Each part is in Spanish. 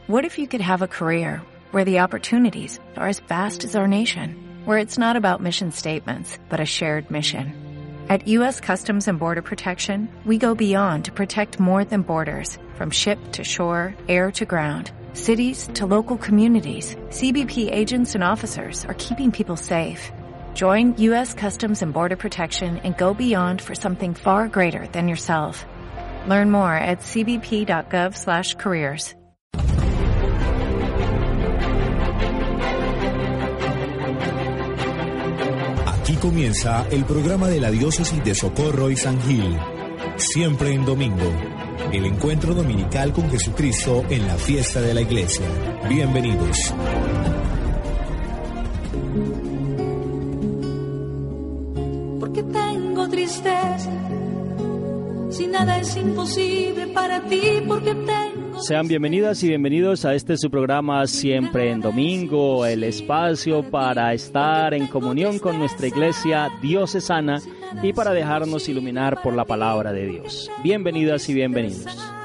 What if you could have a career where the opportunities are as vast as our nation, where it's not about mission statements, but a shared mission? At U.S. Customs and Border Protection, we go beyond to protect more than borders, from ship to shore, air to ground, cities to local communities. CBP agents and officers are keeping people safe. Join U.S. Customs and Border Protection and go beyond for something far greater than yourself. Learn more at cbp.gov/careers. Aquí comienza el programa de la Diócesis de Socorro y San Gil. Siempre en domingo. El encuentro dominical con Jesucristo en la fiesta de la Iglesia. Bienvenidos. Porque tengo tristeza, si nada es imposible para ti, porque tengo... Sean bienvenidas y bienvenidos a este su programa Siempre en Domingo, el espacio para estar en comunión con nuestra Iglesia diocesana y para dejarnos iluminar por la palabra de Dios. Bienvenidas y bienvenidos.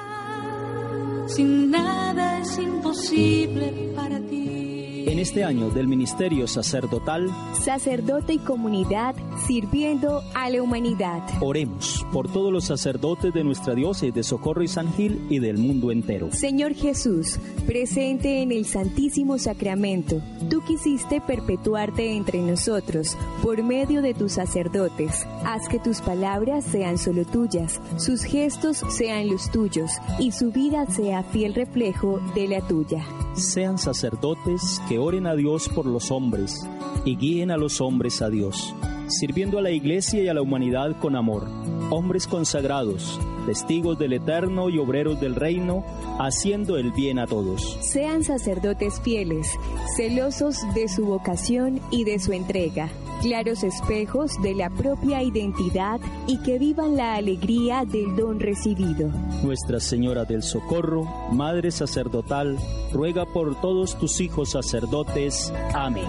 Sin nada es imposible para ti. En este año del ministerio sacerdotal, sacerdote y comunidad sirviendo a la humanidad. Oremos por todos los sacerdotes de nuestra diócesis de Socorro y San Gil y del mundo entero. Señor Jesús, presente en el Santísimo Sacramento, tú quisiste perpetuarte entre nosotros por medio de tus sacerdotes. Haz que tus palabras sean solo tuyas, sus gestos sean los tuyos y su vida sea fiel reflejo de la tuya. Sean sacerdotes que oren a Dios por los hombres y guíen a los hombres a Dios, sirviendo a la Iglesia y a la humanidad con amor. Hombres consagrados, testigos del Eterno y obreros del reino, haciendo el bien a todos. Sean sacerdotes fieles, celosos de su vocación y de su entrega, claros espejos de la propia identidad y que vivan la alegría del don recibido. Nuestra Señora del Socorro, Madre Sacerdotal, ruega por todos tus hijos sacerdotes. Amén.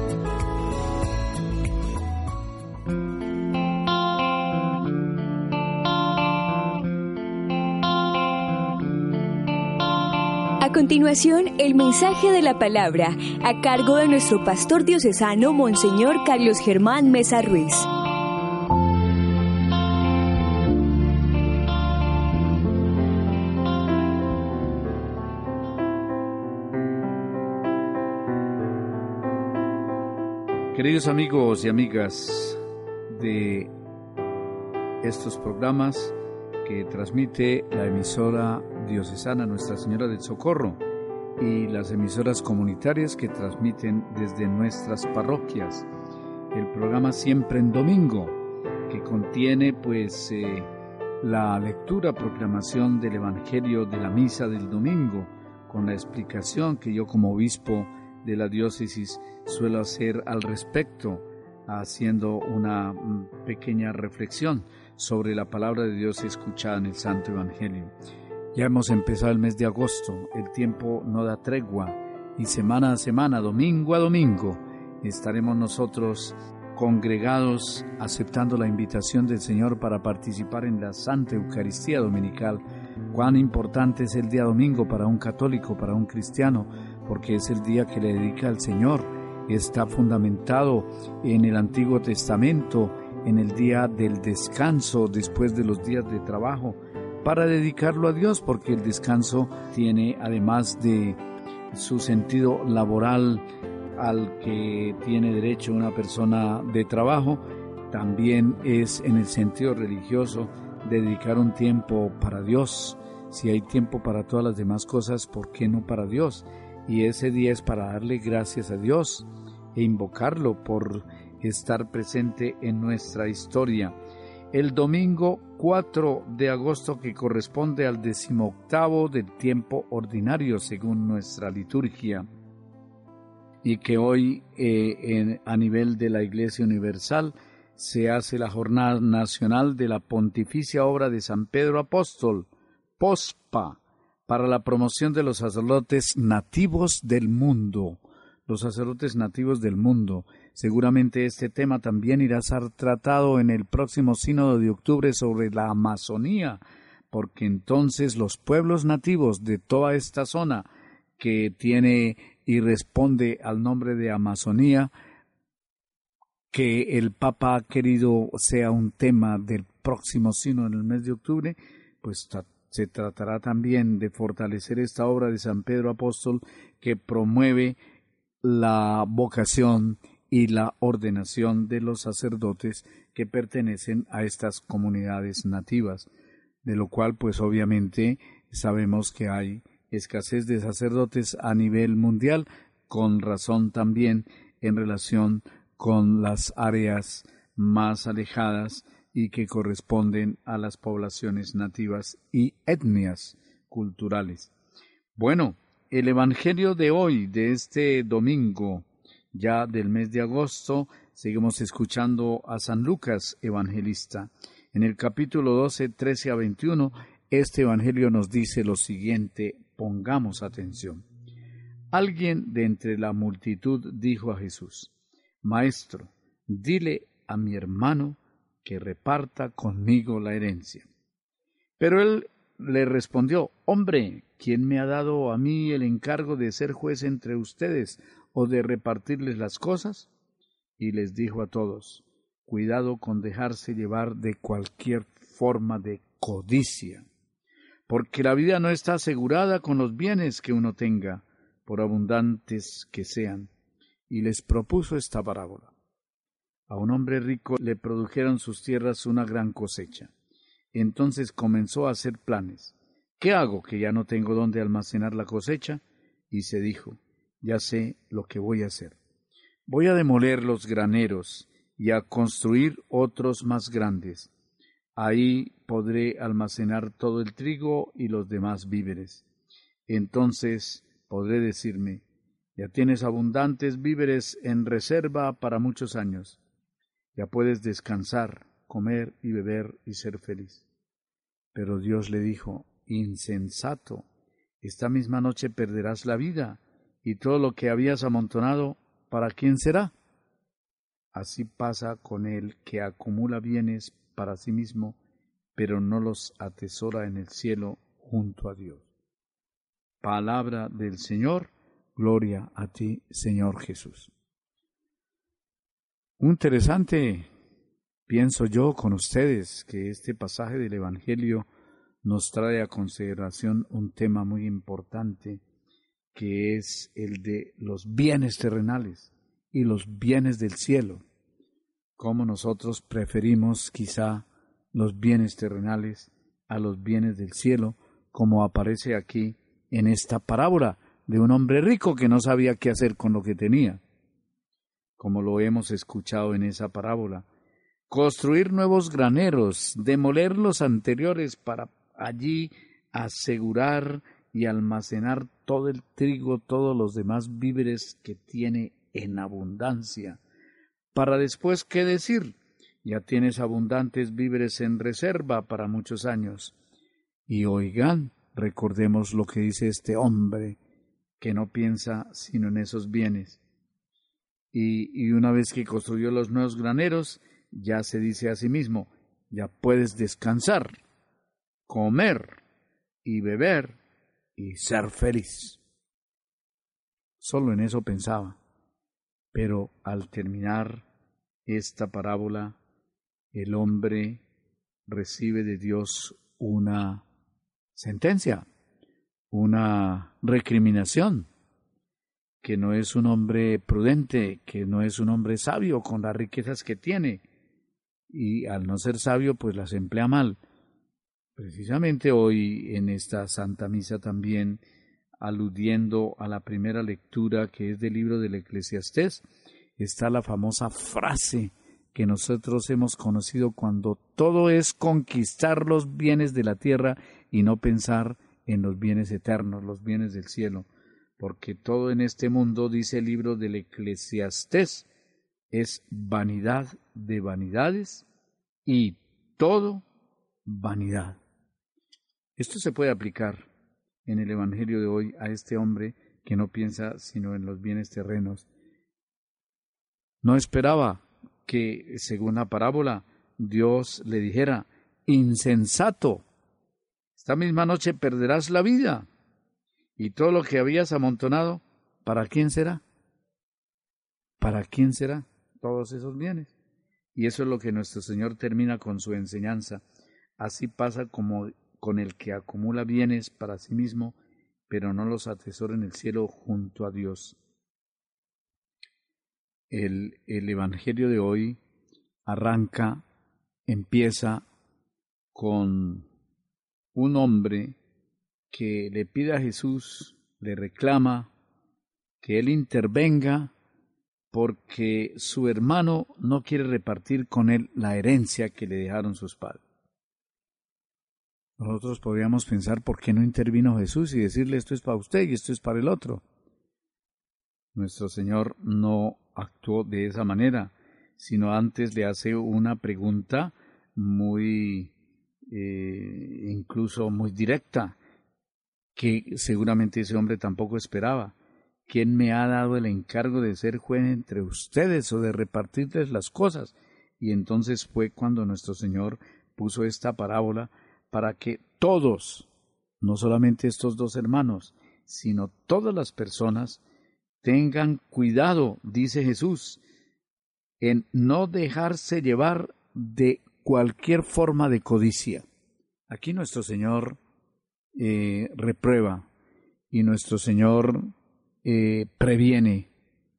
A continuación, el mensaje de la palabra, a cargo de nuestro pastor diocesano, Monseñor Carlos Germán Mesa Ruiz. Queridos amigos y amigas de estos programas que transmite la emisora diocesana Nuestra Señora del Socorro y las emisoras comunitarias que transmiten desde nuestras parroquias, el programa Siempre en Domingo, que contiene la lectura, proclamación del Evangelio de la Misa del Domingo, con la explicación que yo como obispo de la diócesis suelo hacer al respecto, haciendo una pequeña reflexión sobre la palabra de Dios escuchada en el Santo Evangelio. Ya hemos empezado el mes de agosto, el tiempo no da tregua y semana a semana, domingo a domingo, estaremos nosotros congregados aceptando la invitación del Señor para participar en la Santa Eucaristía Dominical. Cuán importante es el día domingo para un católico, para un cristiano, porque es el día que le dedica al Señor. Está fundamentado en el Antiguo Testamento, en el día del descanso después de los días de trabajo, para dedicarlo a Dios, porque el descanso tiene, además de su sentido laboral al que tiene derecho una persona de trabajo, también es en el sentido religioso dedicar un tiempo para Dios. Si hay tiempo para todas las demás cosas, ¿por qué no para Dios? Y ese día es para darle gracias a Dios e invocarlo por estar presente en nuestra historia. El domingo 4 de agosto, que corresponde al 18º del tiempo ordinario según nuestra liturgia, y que hoy a nivel de la Iglesia Universal se hace la Jornada Nacional de la Pontificia Obra de San Pedro Apóstol, POSPA, para la promoción de los sacerdotes nativos del mundo. Los sacerdotes nativos del mundo. Seguramente este tema también irá a ser tratado en el próximo sínodo de octubre sobre la Amazonía, porque entonces los pueblos nativos de toda esta zona que tiene y responde al nombre de Amazonía, que el Papa ha querido sea un tema del próximo sínodo en el mes de octubre, pues se tratará también de fortalecer esta obra de San Pedro Apóstol que promueve la vocación y la ordenación de los sacerdotes que pertenecen a estas comunidades nativas, de lo cual pues obviamente sabemos que hay escasez de sacerdotes a nivel mundial, con razón también en relación con las áreas más alejadas y que corresponden a las poblaciones nativas y etnias culturales. Bueno, el Evangelio de hoy, de este domingo, ya del mes de agosto, seguimos escuchando a San Lucas, evangelista. En el capítulo 12, 13 a 21, este Evangelio nos dice lo siguiente, pongamos atención. Alguien de entre la multitud dijo a Jesús, Maestro, dile a mi hermano que reparta conmigo la herencia. Pero él le respondió, Hombre, ¿quién me ha dado a mí el encargo de ser juez entre ustedes o de repartirles las cosas? Y les dijo a todos, cuidado con dejarse llevar de cualquier forma de codicia, porque la vida no está asegurada con los bienes que uno tenga, por abundantes que sean. Y les propuso esta parábola. A un hombre rico le produjeron sus tierras una gran cosecha. Entonces comenzó a hacer planes. ¿Qué hago que ya no tengo dónde almacenar la cosecha? Y se dijo, ya sé lo que voy a hacer. Voy a demoler los graneros y a construir otros más grandes. Ahí podré almacenar todo el trigo y los demás víveres. Entonces podré decirme, ya tienes abundantes víveres en reserva para muchos años. Ya puedes descansar, comer y beber y ser feliz. Pero Dios le dijo, insensato, esta misma noche perderás la vida, y todo lo que habías amontonado, ¿para quién será? Así pasa con el que acumula bienes para sí mismo, pero no los atesora en el cielo junto a Dios. Palabra del Señor, gloria a ti, Señor Jesús. Muy interesante, pienso yo con ustedes, que este pasaje del Evangelio nos trae a consideración un tema muy importante, que es el de los bienes terrenales y los bienes del cielo. Cómo nosotros preferimos quizá los bienes terrenales a los bienes del cielo, como aparece aquí en esta parábola de un hombre rico que no sabía qué hacer con lo que tenía, como lo hemos escuchado en esa parábola. Construir nuevos graneros, demoler los anteriores para allí asegurar y almacenar todo el trigo, todos los demás víveres que tiene en abundancia. Para después, ¿qué decir? Ya tienes abundantes víveres en reserva para muchos años. Y oigan, recordemos lo que dice este hombre, que no piensa sino en esos bienes. Y una vez que construyó los nuevos graneros, ya se dice a sí mismo, ya puedes descansar, comer y beber y ser feliz. Solo en eso pensaba. Pero al terminar esta parábola, el hombre recibe de Dios una sentencia, una recriminación, que no es un hombre prudente, que no es un hombre sabio con las riquezas que tiene, y al no ser sabio, pues las emplea mal. Precisamente hoy en esta Santa Misa también, aludiendo a la primera lectura que es del libro del Eclesiastés, está la famosa frase que nosotros hemos conocido cuando todo es conquistar los bienes de la tierra y no pensar en los bienes eternos, los bienes del cielo, porque todo en este mundo, dice el libro del Eclesiastés, es vanidad de vanidades y todo vanidad. Esto se puede aplicar en el Evangelio de hoy a este hombre que no piensa sino en los bienes terrenos. No esperaba que, según la parábola, Dios le dijera, insensato, esta misma noche perderás la vida. Y todo lo que habías amontonado, ¿para quién será? ¿Para quién será todos esos bienes? Y eso es lo que nuestro Señor termina con su enseñanza. Así pasa como con el que acumula bienes para sí mismo, pero no los atesora en el cielo junto a Dios. El Evangelio de hoy empieza con un hombre que le pide a Jesús, le reclama que él intervenga porque su hermano no quiere repartir con él la herencia que le dejaron sus padres. Nosotros podríamos pensar por qué no intervino Jesús y decirle esto es para usted y esto es para el otro. Nuestro Señor no actuó de esa manera, sino antes le hace una pregunta muy, incluso muy directa, que seguramente ese hombre tampoco esperaba. ¿Quién me ha dado el encargo de ser juez entre ustedes o de repartirles las cosas? Y entonces fue cuando nuestro Señor puso esta parábola para que todos, no solamente estos dos hermanos, sino todas las personas, tengan cuidado, dice Jesús, en no dejarse llevar de cualquier forma de codicia. Aquí nuestro Señor reprueba y nuestro Señor previene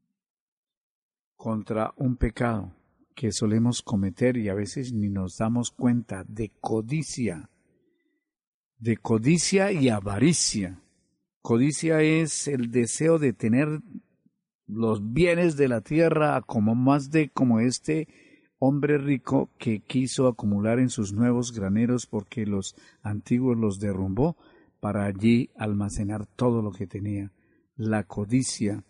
contra un pecado que solemos cometer y a veces ni nos damos cuenta, de codicia y avaricia. Codicia es el deseo de tener los bienes de la tierra como este hombre rico que quiso acumular en sus nuevos graneros porque los antiguos los derrumbó para allí almacenar todo lo que tenía. La codicia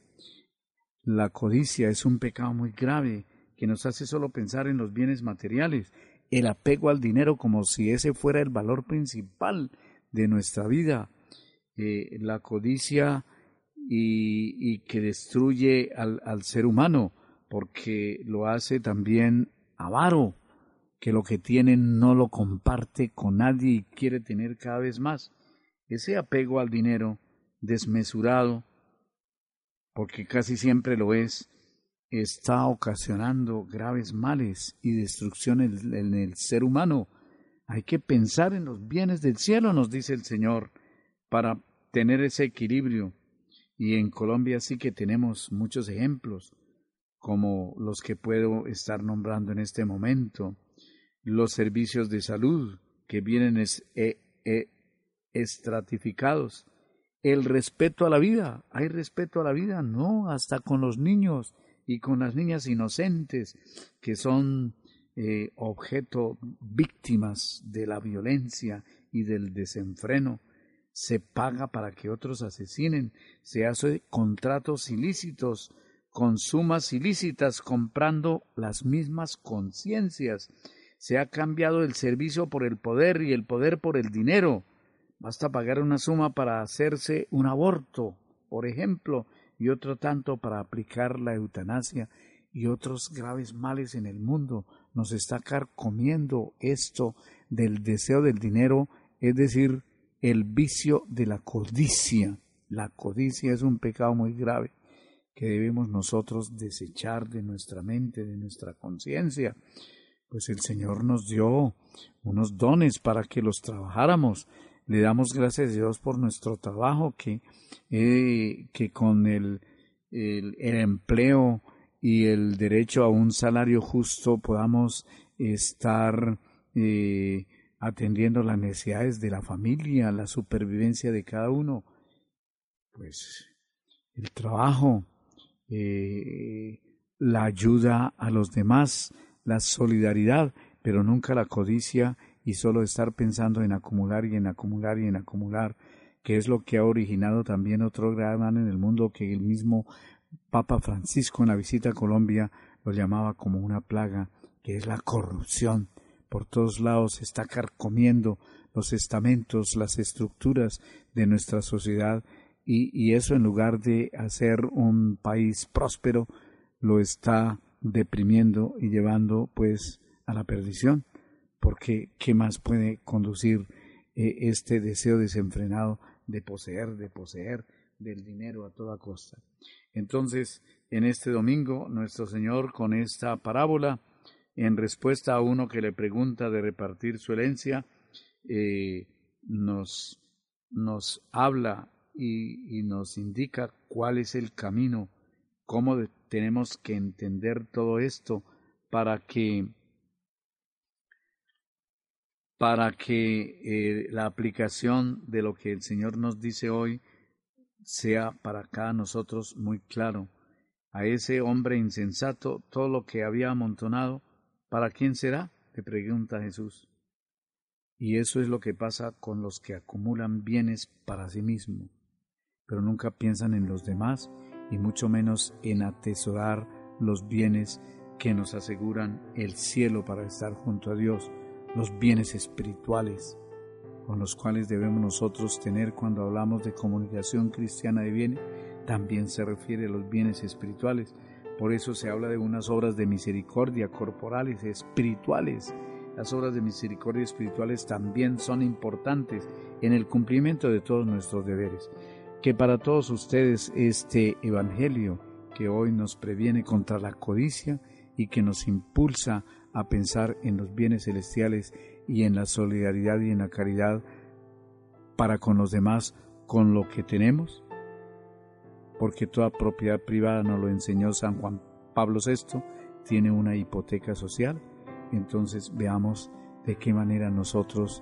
es un pecado muy grave que nos hace solo pensar en los bienes materiales, el apego al dinero como si ese fuera el valor principal de nuestra vida. La codicia y que destruye al ser humano, porque lo hace también avaro, que lo que tiene no lo comparte con nadie y quiere tener cada vez más. Ese apego al dinero desmesurado, porque casi siempre lo es, está ocasionando graves males y destrucción en el ser humano. Hay que pensar en los bienes del cielo, nos dice el Señor, para tener ese equilibrio. Y en Colombia sí que tenemos muchos ejemplos, como los que puedo estar nombrando en este momento. Los servicios de salud que vienen estratificados. El respeto a la vida. ¿Hay respeto a la vida? No, hasta con los niños y con las niñas inocentes que son objeto, víctimas de la violencia y del desenfreno. Se paga para que otros asesinen, se hace contratos ilícitos, con sumas ilícitas, comprando las mismas conciencias. Se ha cambiado el servicio por el poder y el poder por el dinero. Basta pagar una suma para hacerse un aborto, por ejemplo, y otro tanto para aplicar la eutanasia y otros graves males en el mundo. Nos está carcomiendo esto del deseo del dinero, es decir, el vicio de la codicia. La codicia es un pecado muy grave que debemos nosotros desechar de nuestra mente, de nuestra conciencia. Pues el Señor nos dio unos dones para que los trabajáramos. Le damos gracias a Dios por nuestro trabajo, que con el empleo y el derecho a un salario justo podamos estar atendiendo las necesidades de la familia, la supervivencia de cada uno. Pues el trabajo, la ayuda a los demás, la solidaridad, pero nunca la codicia y solo estar pensando en acumular y en acumular y en acumular, que es lo que ha originado también otro gran mal en el mundo, que el mismo Papa Francisco en la visita a Colombia lo llamaba como una plaga, que es la corrupción. Por todos lados se está carcomiendo los estamentos, las estructuras de nuestra sociedad, y eso, en lugar de hacer un país próspero, lo está deprimiendo y llevando pues a la perdición, porque ¿qué más puede conducir este deseo desenfrenado de poseer del dinero a toda costa. Entonces, en este domingo, nuestro Señor, con esta parábola, en respuesta a uno que le pregunta de repartir su herencia, nos habla y nos indica cuál es el camino, cómo tenemos que entender todo esto para que la aplicación de lo que el Señor nos dice hoy sea para cada nosotros muy claro. A ese hombre insensato, todo lo que había amontonado, ¿para quién será?, le pregunta Jesús. Y eso es lo que pasa con los que acumulan bienes para sí mismos, pero nunca piensan en los demás y mucho menos en atesorar los bienes que nos aseguran el cielo para estar junto a Dios, los bienes espirituales con los cuales debemos nosotros tener cuando hablamos de comunicación cristiana de bienes, también se refiere a los bienes espirituales. Por eso se habla de unas obras de misericordia corporales, espirituales. Las obras de misericordia espirituales también son importantes en el cumplimiento de todos nuestros deberes. Que para todos ustedes este evangelio que hoy nos previene contra la codicia y que nos impulsa a pensar en los bienes celestiales y en la solidaridad y en la caridad para con los demás, con lo que tenemos, porque toda propiedad privada, nos lo enseñó San Juan Pablo VI, tiene una hipoteca social. Entonces veamos de qué manera nosotros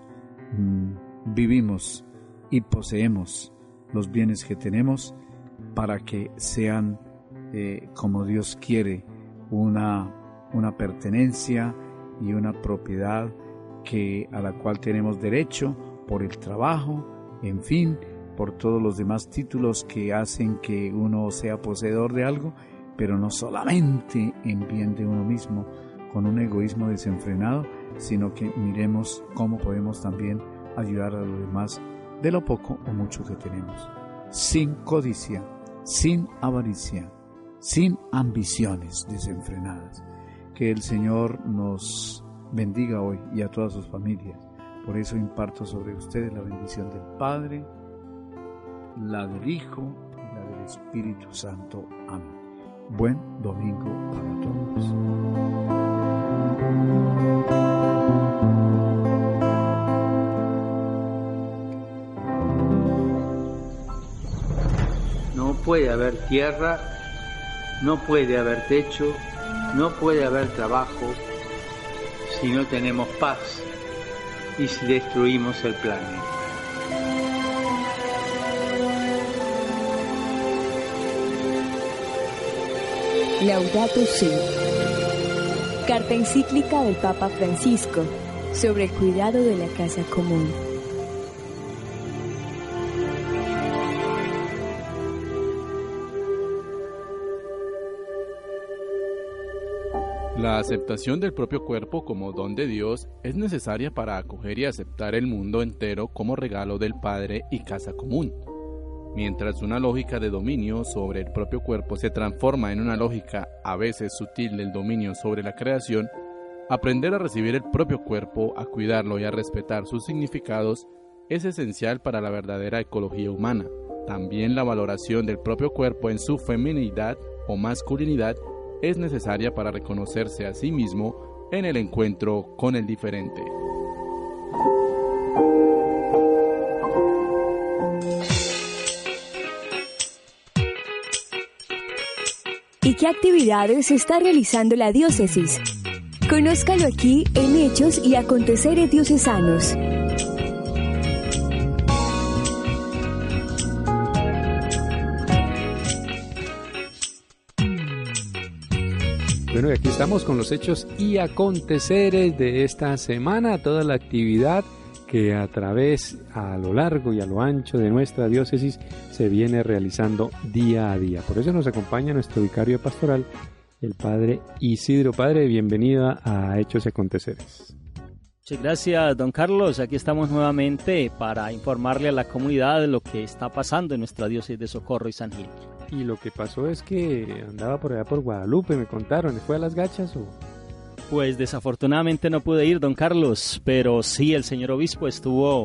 vivimos y poseemos los bienes que tenemos para que sean como Dios quiere, una pertenencia y una propiedad a la cual tenemos derecho por el trabajo, en fin, por todos los demás títulos que hacen que uno sea poseedor de algo, pero no solamente en bien de uno mismo, con un egoísmo desenfrenado, sino que miremos cómo podemos también ayudar a los demás de lo poco o mucho que tenemos, sin codicia, sin avaricia, sin ambiciones desenfrenadas. Que el Señor nos bendiga hoy y a todas sus familias. Por eso imparto sobre ustedes la bendición del Padre, la del Hijo y la del Espíritu Santo. Amén. Buen domingo para todos. No puede haber tierra, no puede haber techo, no puede haber trabajo si no tenemos paz y si destruimos el planeta. Laudato Si. Carta encíclica del Papa Francisco sobre el cuidado de la casa común. La aceptación del propio cuerpo como don de Dios es necesaria para acoger y aceptar el mundo entero como regalo del Padre y casa común. Mientras una lógica de dominio sobre el propio cuerpo se transforma en una lógica a veces sutil del dominio sobre la creación, aprender a recibir el propio cuerpo, a cuidarlo y a respetar sus significados es esencial para la verdadera ecología humana. También la valoración del propio cuerpo en su feminidad o masculinidad es necesaria para reconocerse a sí mismo en el encuentro con el diferente. ¿Y qué actividades está realizando la diócesis? Conózcalo aquí en Hechos y Aconteceres Diocesanos. Bueno, y aquí estamos con los hechos y aconteceres de esta semana, toda la actividad que a lo largo y a lo ancho de nuestra diócesis se viene realizando día a día. Por eso nos acompaña nuestro vicario pastoral, el Padre Isidro. Padre, bienvenida a Hechos y Aconteceres. Muchas gracias, don Carlos. Aquí estamos nuevamente para informarle a la comunidad de lo que está pasando en nuestra diócesis de Socorro y San Gil. Y lo que pasó es que andaba por allá por Guadalupe, me contaron. ¿Fue a las Gachas o...? Pues desafortunadamente no pude ir, don Carlos, pero sí, el señor obispo estuvo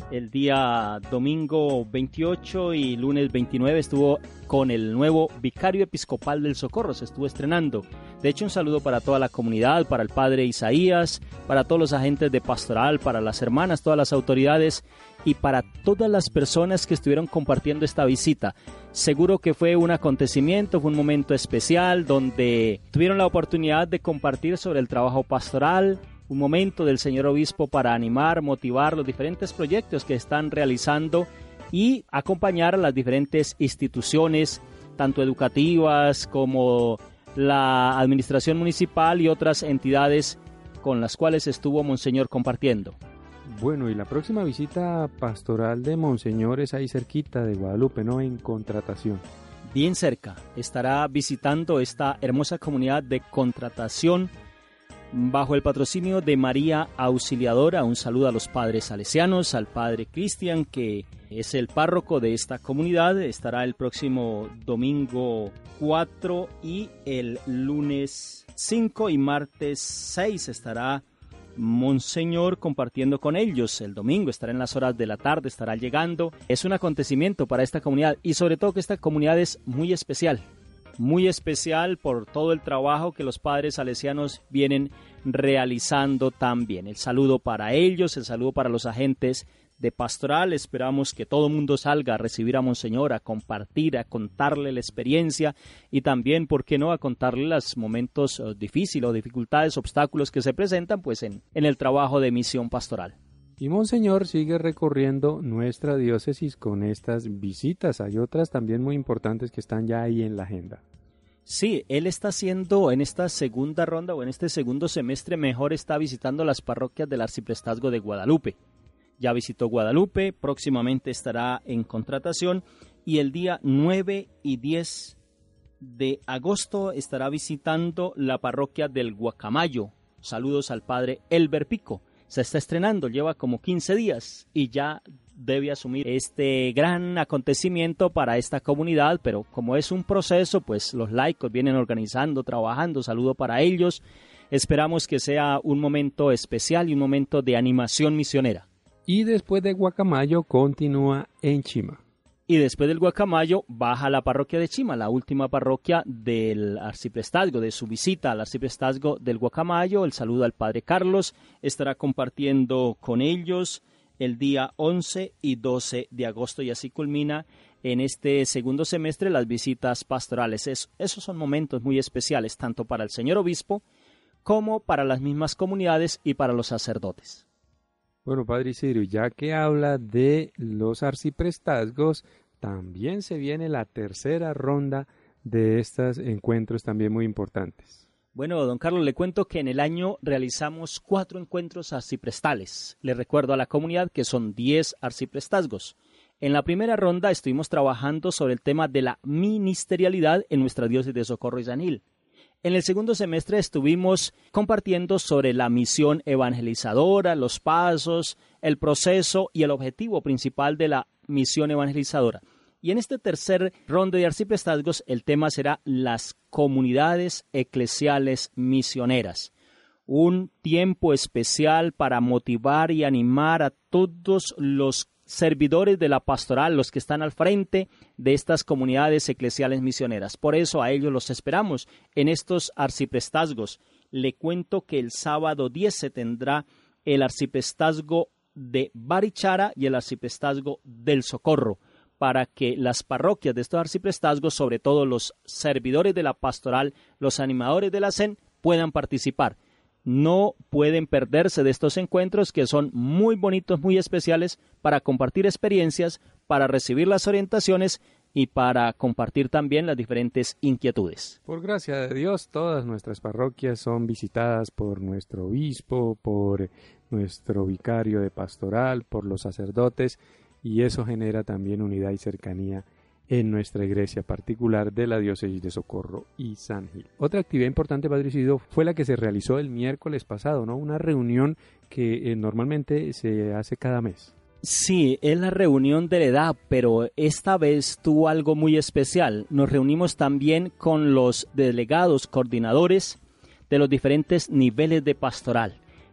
El día domingo 28 y lunes 29 estuvo con el nuevo vicario episcopal del Socorro, se estuvo estrenando. De hecho, un saludo para toda la comunidad, para el padre Isaías, para todos los agentes de pastoral, para las hermanas, todas las autoridades y para todas las personas que estuvieron compartiendo esta visita. Seguro que fue un acontecimiento, fue un momento especial donde tuvieron la oportunidad de compartir sobre el trabajo pastoral, un momento del señor obispo para animar, motivar los diferentes proyectos que están realizando y acompañar a las diferentes instituciones, tanto educativas como la administración municipal y otras entidades con las cuales estuvo Monseñor compartiendo. Bueno, y la próxima visita pastoral de Monseñor es ahí cerquita de Guadalupe, ¿no? En Contratación. Bien cerca, estará visitando esta hermosa comunidad de Contratación bajo el patrocinio de María Auxiliadora. Un saludo a los padres salesianos, al padre Cristian, que es el párroco de esta comunidad. Estará el próximo domingo 4 y el lunes 5 y martes 6 estará Monseñor compartiendo con ellos. El domingo estará en las horas de la tarde, estará llegando. Es un acontecimiento para esta comunidad y sobre todo que esta comunidad es muy especial por todo el trabajo que los padres salesianos vienen realizando también. El saludo para ellos, el saludo para los agentes de pastoral. Esperamos que todo el mundo salga a recibir a Monseñor, a compartir, a contarle la experiencia y también, ¿por qué no?, a contarle los momentos difíciles o dificultades, obstáculos que se presentan pues en el trabajo de misión pastoral. Y Monseñor sigue recorriendo nuestra diócesis con estas visitas. Hay otras también muy importantes que están ya ahí en la agenda. Sí, él está haciendo en esta segunda ronda o en este segundo semestre mejor, está visitando las parroquias del Arciprestazgo de Guadalupe. Ya visitó Guadalupe, próximamente estará en Contratación y el día 9 y 10 de agosto estará visitando la parroquia del Guacamayo. Saludos al padre Elber Pico. Se está estrenando, lleva como 15 días y ya debe asumir este gran acontecimiento para esta comunidad, pero como es un proceso, pues los laicos vienen organizando, trabajando. Saludo para ellos. Esperamos que sea un momento especial y un momento de animación misionera. Y después de Guacamayo continúa en Chima. Y después del Guacamayo baja a la parroquia de Chima, la última parroquia del arciprestazgo, de su visita al arciprestazgo del Guacamayo. El saludo al padre Carlos, estará compartiendo con ellos el día 11 y 12 de agosto y así culmina en este segundo semestre las visitas pastorales. Esos son momentos muy especiales tanto para el señor obispo como para las mismas comunidades y para los sacerdotes. Bueno, padre Isidro, ya que habla de los arciprestazgos, también se viene la tercera ronda de estos encuentros también muy importantes. Bueno, don Carlos, le cuento que en el año realizamos 4 encuentros arciprestales. Le recuerdo a la comunidad que son 10 arciprestazgos. En la primera ronda estuvimos trabajando sobre el tema de la ministerialidad en nuestra diócesis de Socorro y San Gil. En el segundo semestre estuvimos compartiendo sobre la misión evangelizadora, los pasos, el proceso y el objetivo principal de la misión evangelizadora. Y en este tercer ronda de arciprestazgos el tema será las comunidades eclesiales misioneras. Un tiempo especial para motivar y animar a todos los servidores de la pastoral, los que están al frente de estas comunidades eclesiales misioneras. Por eso a ellos los esperamos en estos arciprestazgos. Le cuento que el sábado 10 se tendrá el arciprestazgo de Barichara y el arciprestazgo del Socorro, para que las parroquias de estos arciprestazgos, sobre todo los servidores de la pastoral, los animadores de la CEN, puedan participar. No pueden perderse de estos encuentros que son muy bonitos, muy especiales para compartir experiencias, para recibir las orientaciones y para compartir también las diferentes inquietudes. Por gracia de Dios, todas nuestras parroquias son visitadas por nuestro obispo, por nuestro vicario de pastoral, por los sacerdotes, y eso genera también unidad y cercanía en nuestra iglesia particular de la diócesis de Socorro y San Gil. Otra actividad importante, padre Isidro, fue la que se realizó el miércoles pasado, ¿no? Una reunión que normalmente se hace cada mes. Sí, es la reunión de la edad, pero esta vez tuvo algo muy especial. Nos reunimos también con los delegados, coordinadores de los diferentes niveles de pastoral.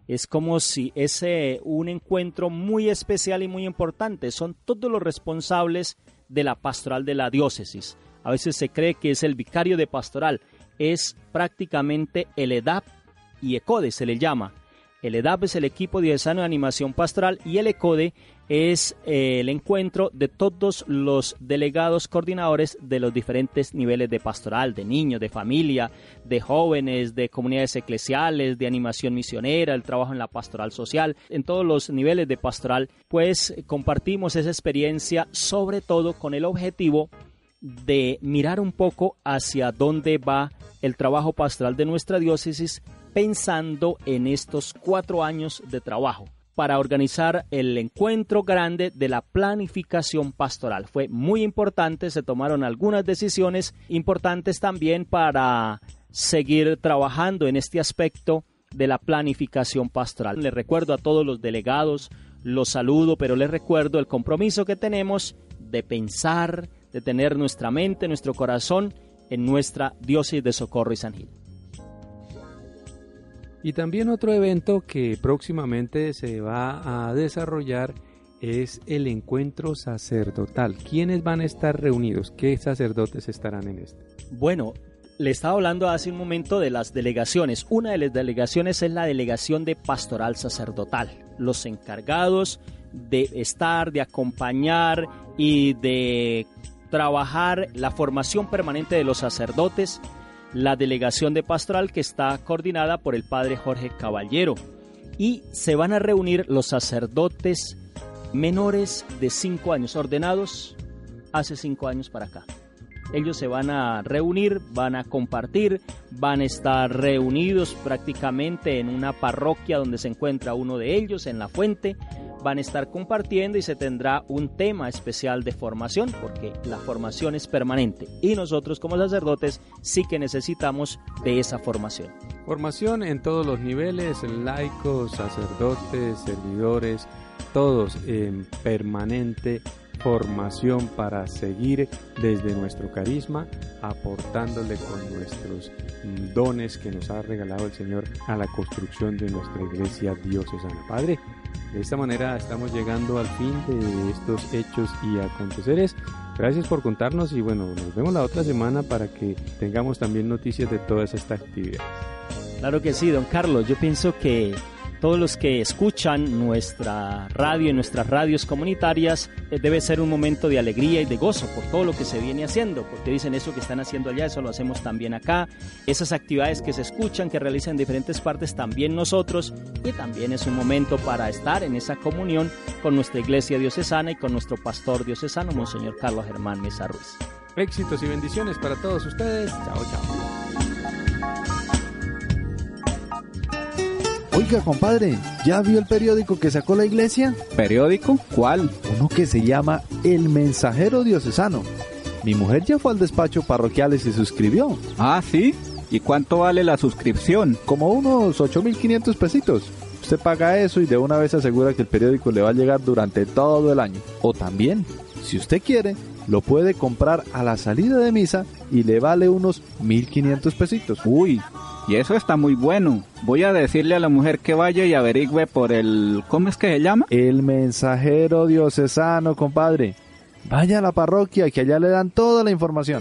Es como si es un encuentro muy especial y muy importante. Son todos los responsables de la pastoral de la diócesis. A veces se cree que es el vicario de pastoral. Es prácticamente el EDAP y ECODE se le llama. El EDAP es el equipo diocesano de animación pastoral y el ECODE es el encuentro de todos los delegados coordinadores de los diferentes niveles de pastoral, de niños, de familia, de jóvenes, de comunidades eclesiales, de animación misionera, el trabajo en la pastoral social. En todos los niveles de pastoral, pues compartimos esa experiencia, sobre todo con el objetivo de mirar un poco hacia dónde va el trabajo pastoral de nuestra diócesis, pensando en estos 4 años de trabajo para organizar el encuentro grande de la planificación pastoral. Fue muy importante, se tomaron algunas decisiones importantes también para seguir trabajando en este aspecto de la planificación pastoral. Les recuerdo a todos los delegados, los saludo, pero les recuerdo el compromiso que tenemos de pensar, de tener nuestra mente, nuestro corazón en nuestra diócesis de Socorro y San Gil. Y también otro evento que próximamente se va a desarrollar es el encuentro sacerdotal. ¿Quiénes van a estar reunidos? ¿Qué sacerdotes estarán en este? Bueno, le estaba hablando hace un momento de las delegaciones. Una de las delegaciones es la delegación de pastoral sacerdotal. Los encargados de estar, de acompañar y de trabajar la formación permanente de los sacerdotes. La delegación de pastoral que está coordinada por el padre Jorge Caballero, y se van a reunir los sacerdotes menores de 5 años, ordenados hace 5 años para acá. Ellos se van a reunir, van a compartir, van a estar reunidos prácticamente en una parroquia donde se encuentra uno de ellos, en La Fuente. Van a estar compartiendo y se tendrá un tema especial de formación, porque la formación es permanente y nosotros como sacerdotes sí que necesitamos de esa formación. Formación en todos los niveles, laicos, sacerdotes, servidores, todos en permanente formación para seguir desde nuestro carisma, aportándole con nuestros dones que nos ha regalado el Señor a la construcción de nuestra iglesia diocesana. Padre, de esta manera estamos llegando al fin de estos hechos y aconteceres. Gracias por contarnos y bueno, nos vemos la otra semana para que tengamos también noticias de todas estas actividades. Claro que sí, don Carlos. Yo pienso que todos los que escuchan nuestra radio y nuestras radios comunitarias debe ser un momento de alegría y de gozo por todo lo que se viene haciendo, porque dicen eso que están haciendo allá, eso lo hacemos también acá. Esas actividades que se escuchan, que realizan en diferentes partes, también nosotros, y también es un momento para estar en esa comunión con nuestra iglesia diocesana y con nuestro pastor diocesano, Monseñor Carlos Germán Mesa Ruiz. Éxitos y bendiciones para todos ustedes. Chao, chao. Oiga, compadre, ¿ya vio el periódico que sacó la iglesia? ¿Periódico? ¿Cuál? Uno que se llama El Mensajero Diocesano. Mi mujer ya fue al despacho parroquial y se suscribió. Ah, ¿sí? ¿Y cuánto vale la suscripción? Como unos 8.500 pesitos. Usted paga eso y de una vez asegura que el periódico le va a llegar durante todo el año. O también, si usted quiere, lo puede comprar a la salida de misa y le vale unos 1.500 pesitos. Uy, y eso está muy bueno. Voy a decirle a la mujer que vaya y averigüe por el... ¿Cómo es que se llama? El Mensajero Diocesano, compadre. Vaya a la parroquia que allá le dan toda la información.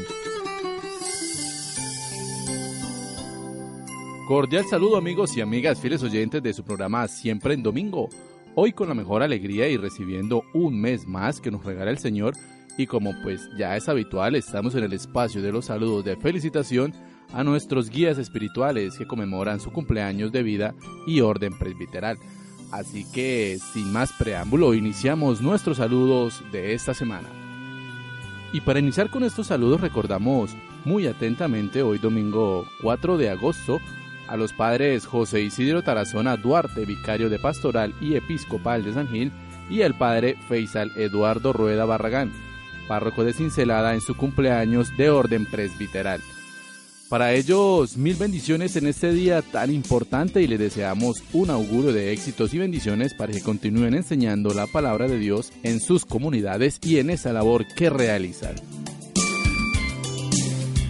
Cordial saludo, amigos y amigas fieles oyentes de su programa Siempre en Domingo. Hoy con la mejor alegría y recibiendo un mes más que nos regala el Señor, y como pues ya es habitual, estamos en el espacio de los saludos de felicitación a nuestros guías espirituales que conmemoran su cumpleaños de vida y orden presbiteral. Así que, sin más preámbulo, iniciamos nuestros saludos de esta semana. Y para iniciar con estos saludos recordamos muy atentamente hoy domingo 4 de agosto a los padres José Isidro Tarazona Duarte, vicario de Pastoral y Episcopal de San Gil, y el padre Feisal Eduardo Rueda Barragán, párroco de Cincelada en su cumpleaños de orden presbiteral. Para ellos, 1000 bendiciones en este día tan importante y les deseamos un augurio de éxitos y bendiciones para que continúen enseñando la palabra de Dios en sus comunidades y en esa labor que realizan.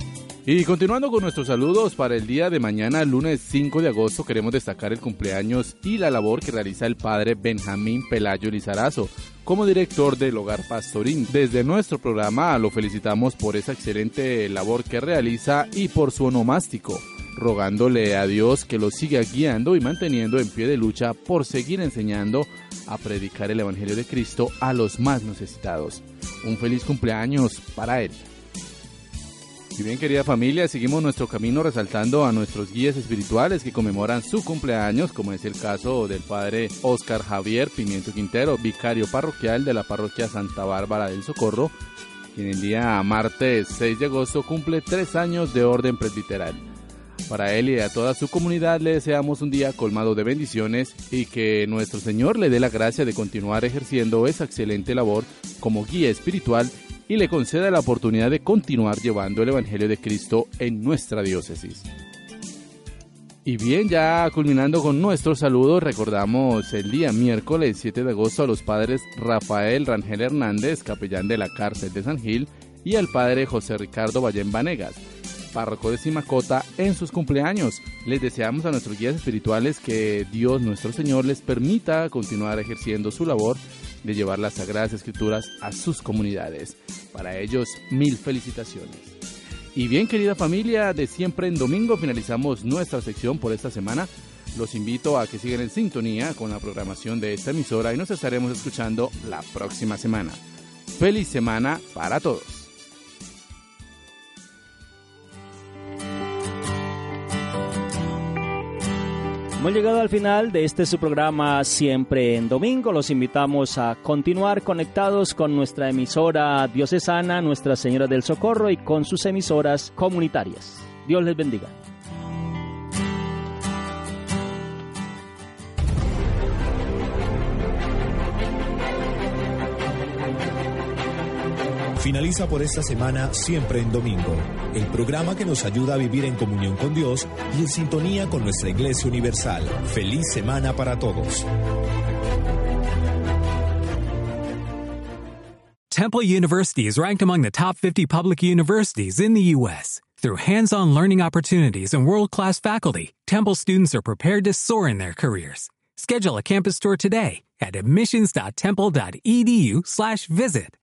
Y continuando con nuestros saludos para el día de mañana, lunes 5 de agosto, queremos destacar el cumpleaños y la labor que realiza el padre Benjamín Pelayo Lizarazo como director del Hogar Pastorín. Desde nuestro programa lo felicitamos por esa excelente labor que realiza y por su onomástico, rogándole a Dios que lo siga guiando y manteniendo en pie de lucha por seguir enseñando a predicar el Evangelio de Cristo a los más necesitados. Un feliz cumpleaños para él. Y bien, querida familia, seguimos nuestro camino resaltando a nuestros guías espirituales que conmemoran su cumpleaños, como es el caso del padre Óscar Javier Pimiento Quintero, vicario parroquial de la parroquia Santa Bárbara del Socorro, quien el día martes 6 de agosto cumple 3 años de orden presbiteral. Para él y a toda su comunidad le deseamos un día colmado de bendiciones y que nuestro Señor le dé la gracia de continuar ejerciendo esa excelente labor como guía espiritual y le conceda la oportunidad de continuar llevando el Evangelio de Cristo en nuestra diócesis. Y bien, ya culminando con nuestros saludos, recordamos el día miércoles 7 de agosto a los padres Rafael Rangel Hernández, capellán de la cárcel de San Gil, y al padre José Ricardo Ballén Vanegas, párroco de Simacota, en sus cumpleaños. Les deseamos a nuestros guías espirituales que Dios nuestro Señor les permita continuar ejerciendo su labor de llevar las Sagradas Escrituras a sus comunidades. Para ellos, 1000 felicitaciones. Y bien, querida familia de Siempre en Domingo, finalizamos nuestra sección por esta semana. Los invito a que sigan en sintonía con la programación de esta emisora y nos estaremos escuchando la próxima semana. ¡Feliz semana para todos! Hemos llegado al final de su programa Siempre en Domingo. Los invitamos a continuar conectados con nuestra emisora diocesana, Nuestra Señora del Socorro, y con sus emisoras comunitarias. Dios les bendiga. Finaliza por esta semana Siempre en Domingo, el programa que nos ayuda a vivir en comunión con Dios y en sintonía con nuestra Iglesia Universal. ¡Feliz semana para todos! Temple University is ranked among the top 50 public universities in the U.S. Through hands-on learning opportunities and world-class faculty, Temple students are prepared to soar in their careers. Schedule a campus tour today at admissions.temple.edu/visit.